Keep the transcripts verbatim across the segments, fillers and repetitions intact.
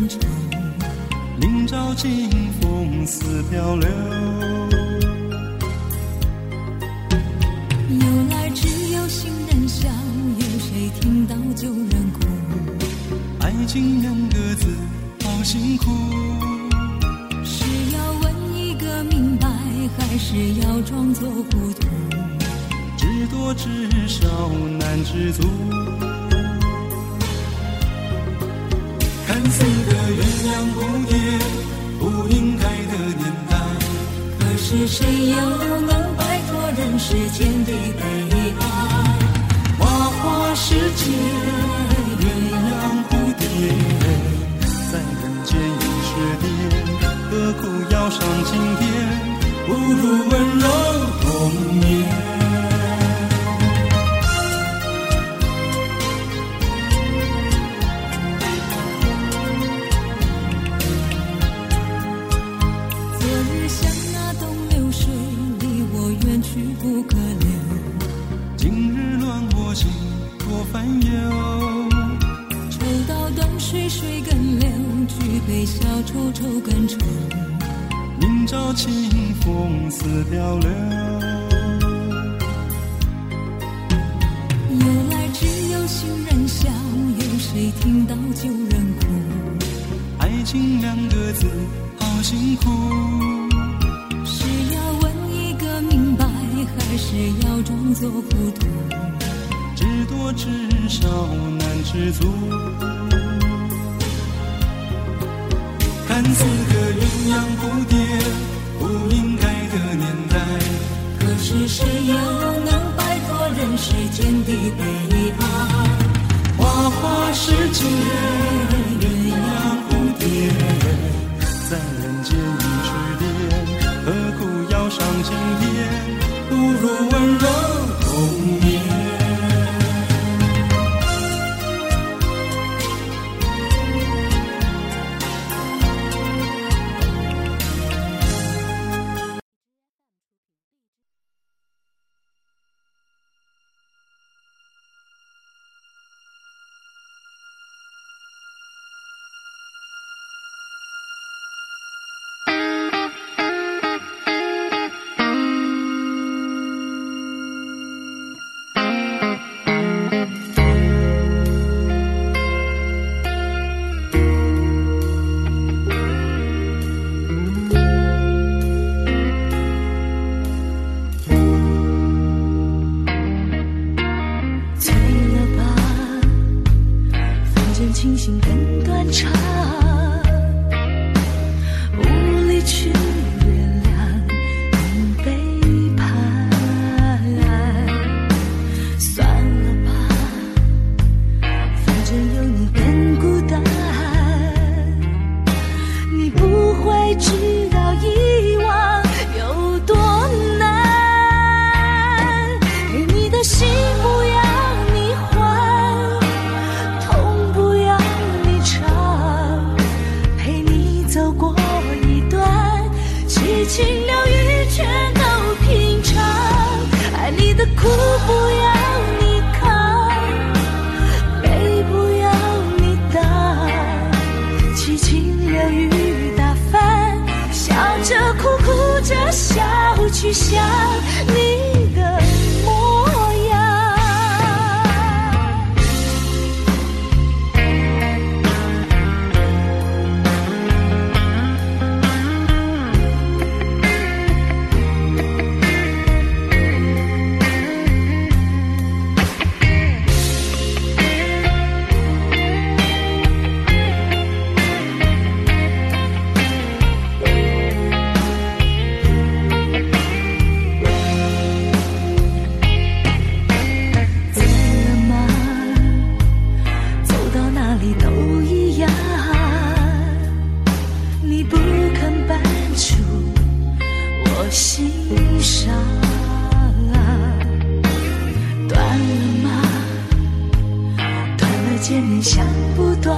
感愁， 明朝清风似飘流。 由来只有行人笑，有谁听到旧人哭？ 爱情两个字好辛苦， 是要问一个明白，还是要装作糊涂？ 知多知少难知足，看似个鸳鸯蝴蝶不应该的年代， 可是谁又能摆脱人世间的悲哀？ 花花世界鸳鸯蝴蝶，在人间已是癫，何苦要上青天？不如温柔童年。 不可留， 今日乱我心多烦忧。 抽刀断水水更流，举杯消愁愁更愁。 明朝清风似飘流， 由来只有行人笑，有谁听到旧人哭？ 爱情两个字好辛苦， 是要问一个明白，还是要装作糊涂？ 知多知少难知足，看似个鸳鸯蝴蝶不应该的年代， 可是谁又能摆脱人世间的悲哀？ 花花世界鸳鸯蝴蝶，在人间已是癫，何苦要上青天？不如温柔童年。 清醒更断肠，无力去原谅你背叛，算了吧，反正有你更孤单，你不会知道遗忘有多难，给你的心不要你还，痛不要你尝，陪你走过一段七情六欲全都品尝，爱你的苦不要你扛，悲不要你当，七情六欲打翻，笑着哭哭着笑去想你的模样。见面想不断，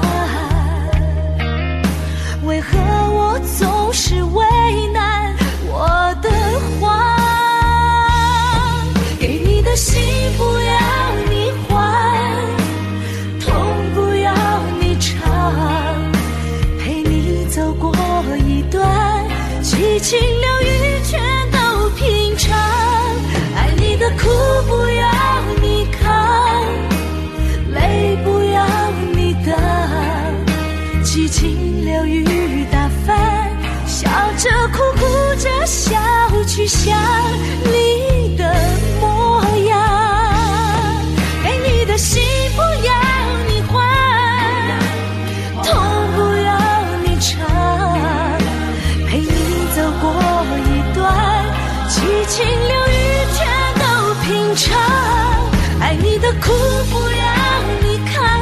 为何我总是为难我的谎？给你的心不要你还，痛不要你尝， 情流雨全都平常，爱你的苦不要你扛，泪不要你挡，激情流雨打翻，笑着哭哭着笑去想你的模样，给你的心不要你还，痛不要你尝，陪你走过一段激情流雨全都平常，爱你的苦不要你扛，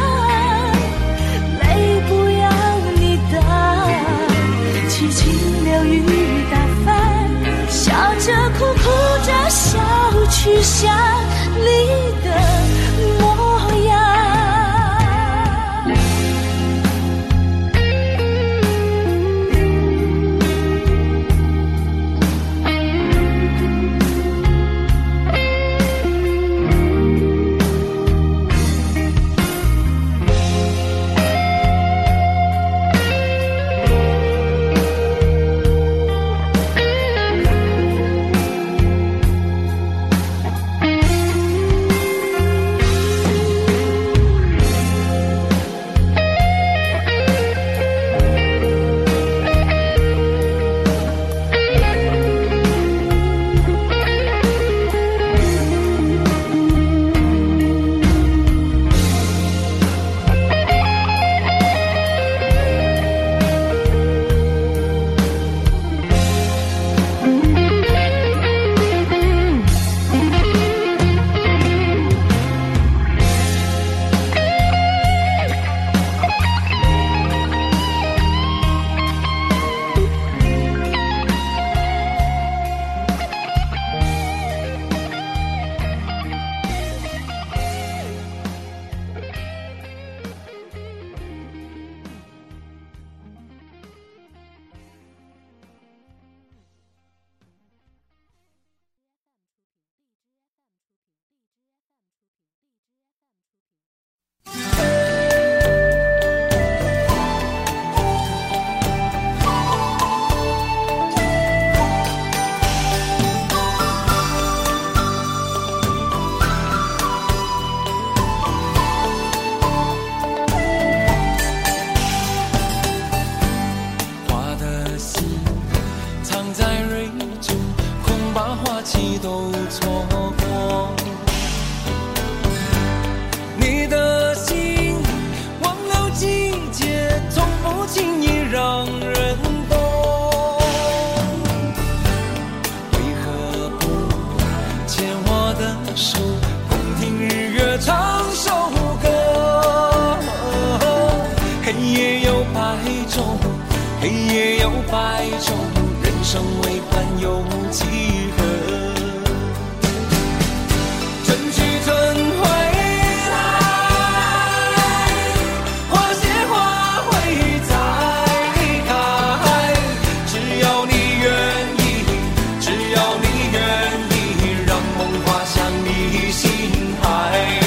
泪不要你挡，激情流雨打翻，笑着哭哭着笑去想你的模样。 黑夜有白昼，人生为盼有几何？春去春回来，花谢花会再开。只要你愿意，只要你愿意，让梦滑向你心海。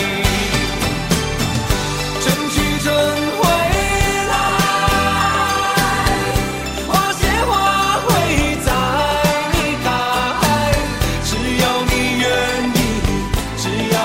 只要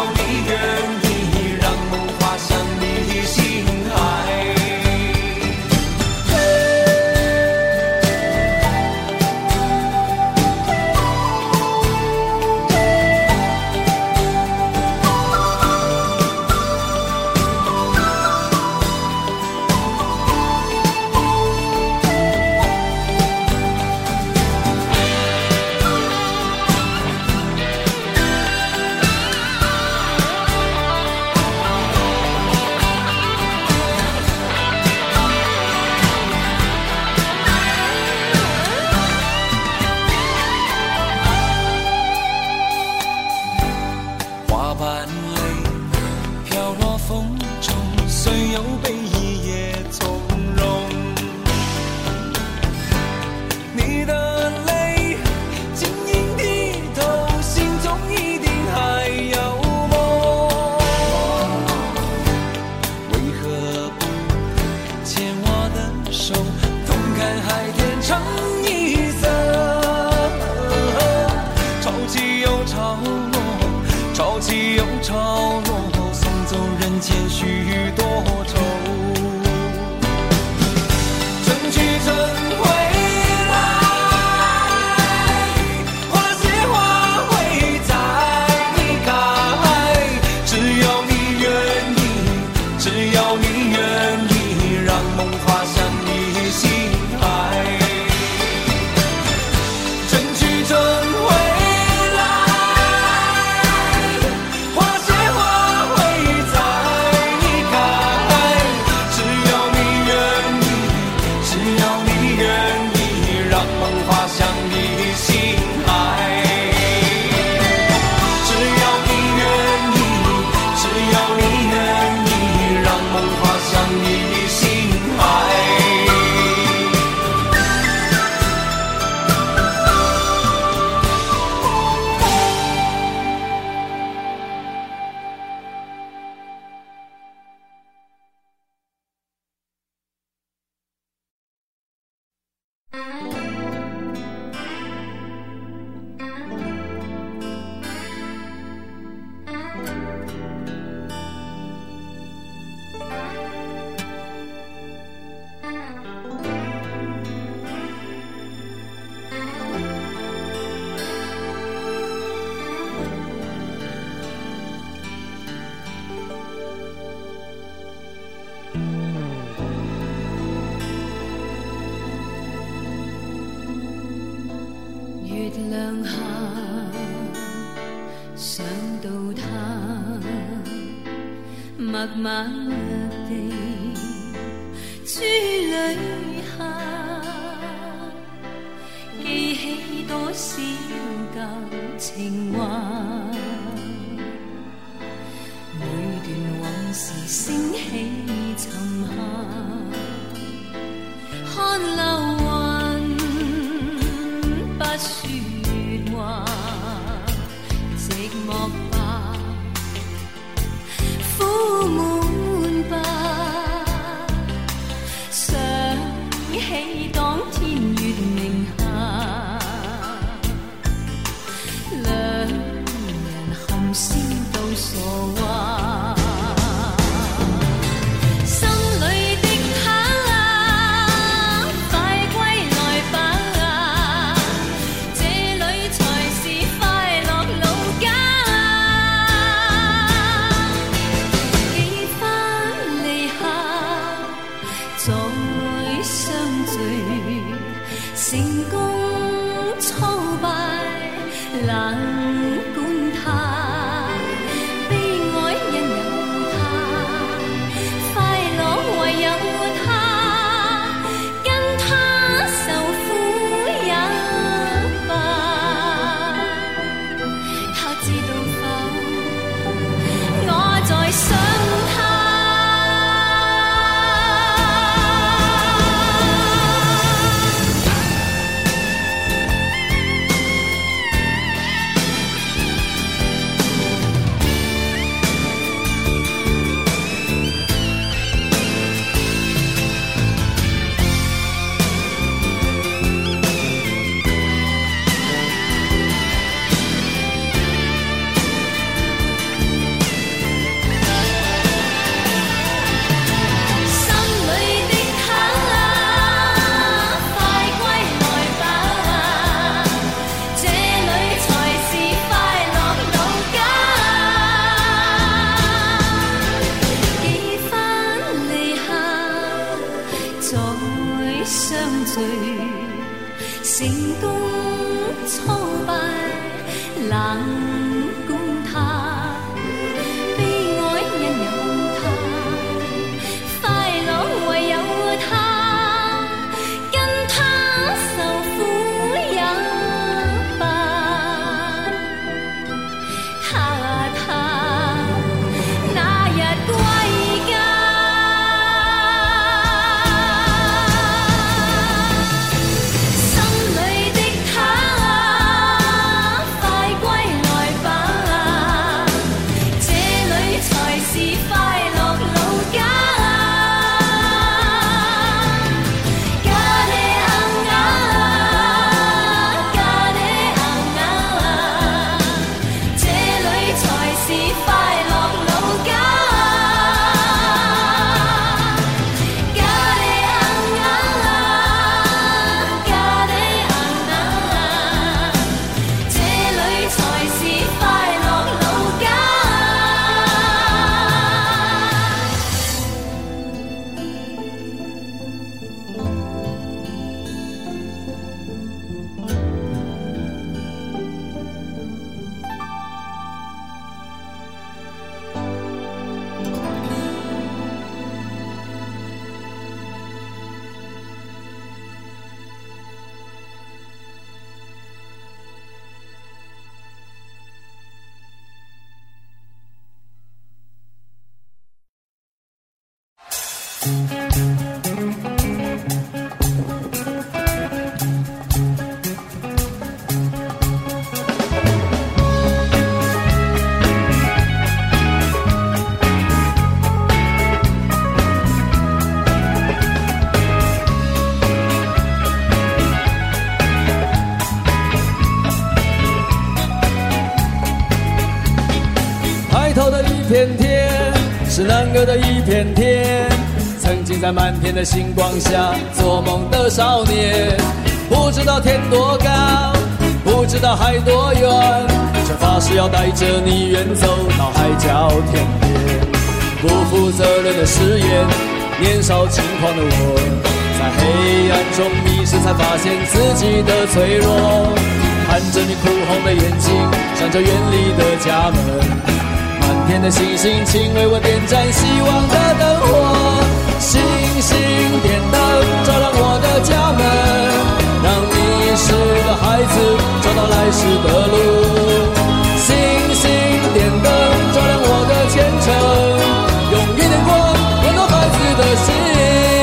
减许多愁。春去春回来，花谢花会再开，只要你愿意，只要你愿意，让梦滑向你心海。春去春回来，花谢花会再开，只要你愿意，只要你愿意，让梦滑向你心海。只要你愿意，只要你愿意，让梦滑向你心海。 月亮下想到他，默默地珠淚下，記起多少舊情話，每段往事升起沉下，看流雲不說話，寂寞吧，苦悶吧，想起當天月明下，兩人含笑到傻話，心裏的他啊，快歸來吧，這裏才是快樂老家。幾番離合，再相聚，成功挫敗冷管他，悲哀因有他，快樂唯有他，跟他受苦也罷。他知道否？我在想他。成功挫敗冷管他，悲哀因有他，快樂唯有他，跟他受苦也罷。他他那日歸家。心裏的他，快歸來吧。 片天是南国的一片天，曾经在满天的星光下做梦的少年，不知道天多高，不知道海多远，却发誓要带着你远走到海角天边。不负责任的誓言，年少轻狂的我，在黑暗中迷失，才发现自己的脆弱。看着你哭红的眼睛，想着远离的家门，满天的星星，请为我点燃希望的灯火。星星点灯，照亮我的家门，让迷失的孩子找到来时的路。星星点灯，照亮我的前程，用一点光温暖孩子的心。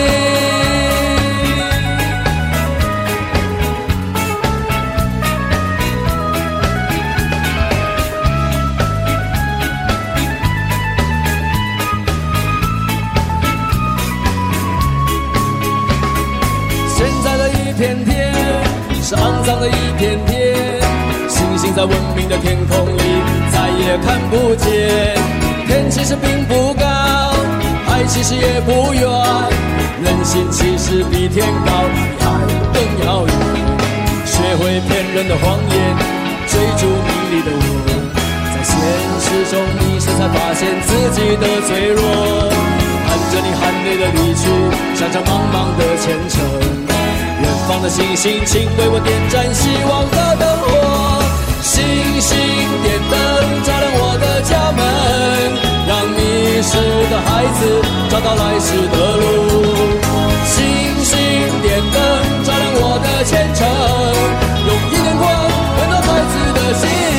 一片天是肮脏的一片天，星星在文明的天空里再也看不见。天其实并不高，海其实也不远，人心其实比天高，比海更遥远。学会骗人的谎言，追逐名利的我，在现实中迷失，才发现自己的脆弱。看着你含泪的离去，想着茫茫的前程，远方的星星，请为我点燃希望的灯火。星星点灯，照亮我的家门，让迷失的孩子找到来时的路。星星点灯，照亮我的前程，用一点光温暖孩子的心。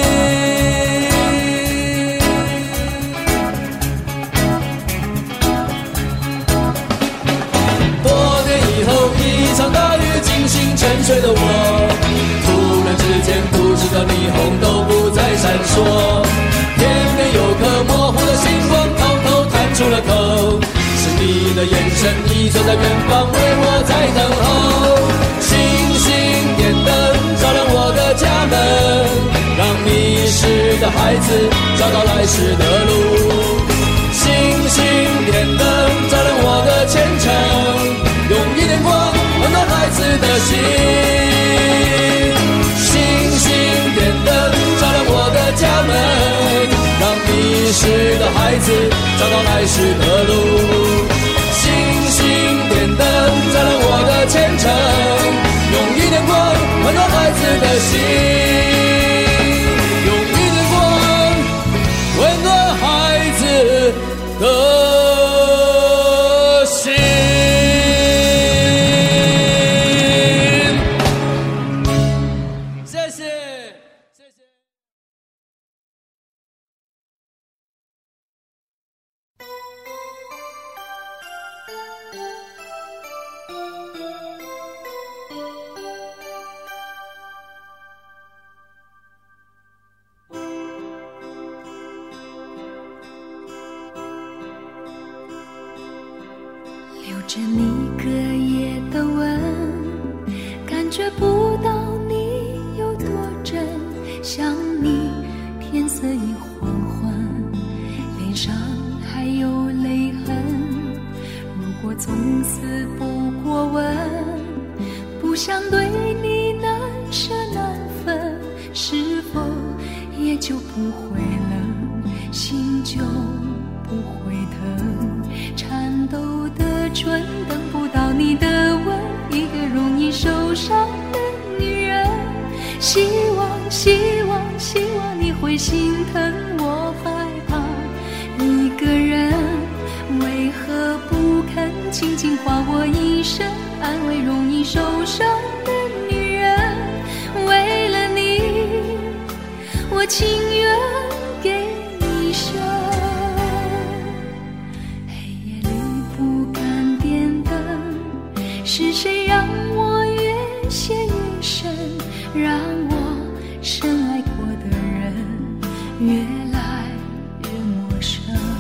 精心沉睡的我，突然之间不知道霓虹都不再闪烁，天边有颗模糊的星光偷偷探出了头，是你的眼神依旧在远方为我在等候。星星点灯，照亮我的家门，让迷失的孩子找到来时的路。星星点灯，照亮我的前程，用一点光温暖孩子的心。星星点灯，照亮我的家门，让迷失的孩子找到来时的路。星星点灯，照亮我的前程，用一点光温暖孩子的心，用一点光温暖孩子的心。 留着你隔夜的吻，感觉不到你有多真，想你天色已黄昏，脸上还有泪痕。如果从此不过问，不想对你难舍难分，是否也就不会冷，心就不会疼，颤抖的唇等不到你的吻，一个容易受伤的女人。希望希望希望你会心疼我，害怕一个人，为何不肯轻轻划我一生，安慰容易受伤的女人。为了你，我情愿给一生。黑夜里不谁让我越陷越深，让我深爱过的人越来越陌生。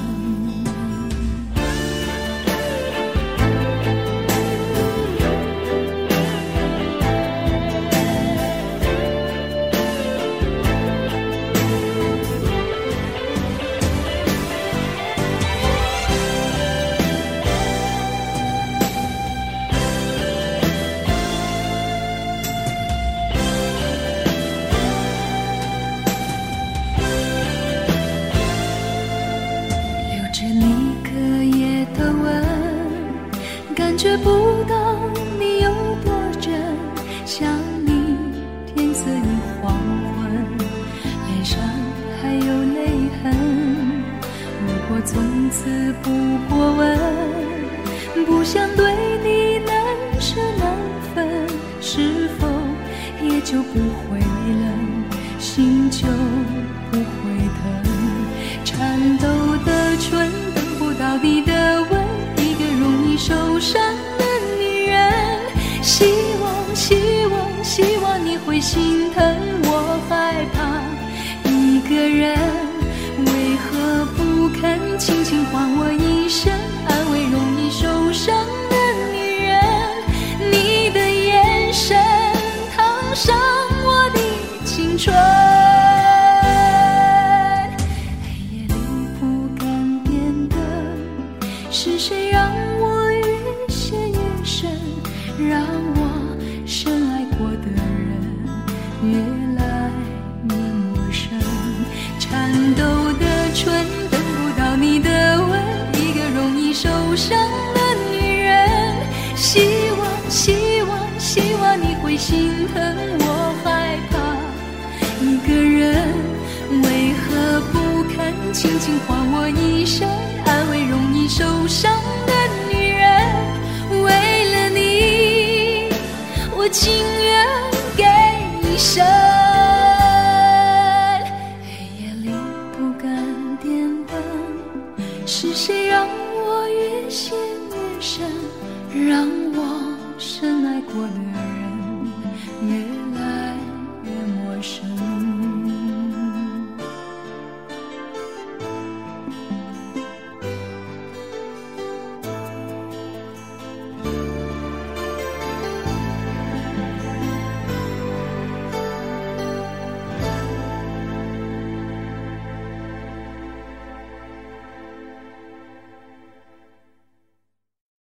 感觉不到你有多真，想你天色已黄昏，脸上还有泪痕。如果从此不过问，不想对你难舍难分，是否也就不会冷，心就不会疼。颤抖的唇等不到你的吻，容易受伤的女人，希望希望希望你会心疼我，害怕一个人，为何不肯轻轻唤我一声安慰？容易受伤的女人，你的眼神烫伤我的青春。黑夜里不敢点灯，是谁让让我深爱过的人越来越陌生，颤抖的唇等不到你的吻，一个容易受伤的女人，希望希望希望你会心疼我，害怕一个人，为何不肯轻轻唤我一声安慰？容易受伤的女人，为了你我情愿给一生。黑夜里不敢点灯，是谁让我越陷越深，让我深爱过的人越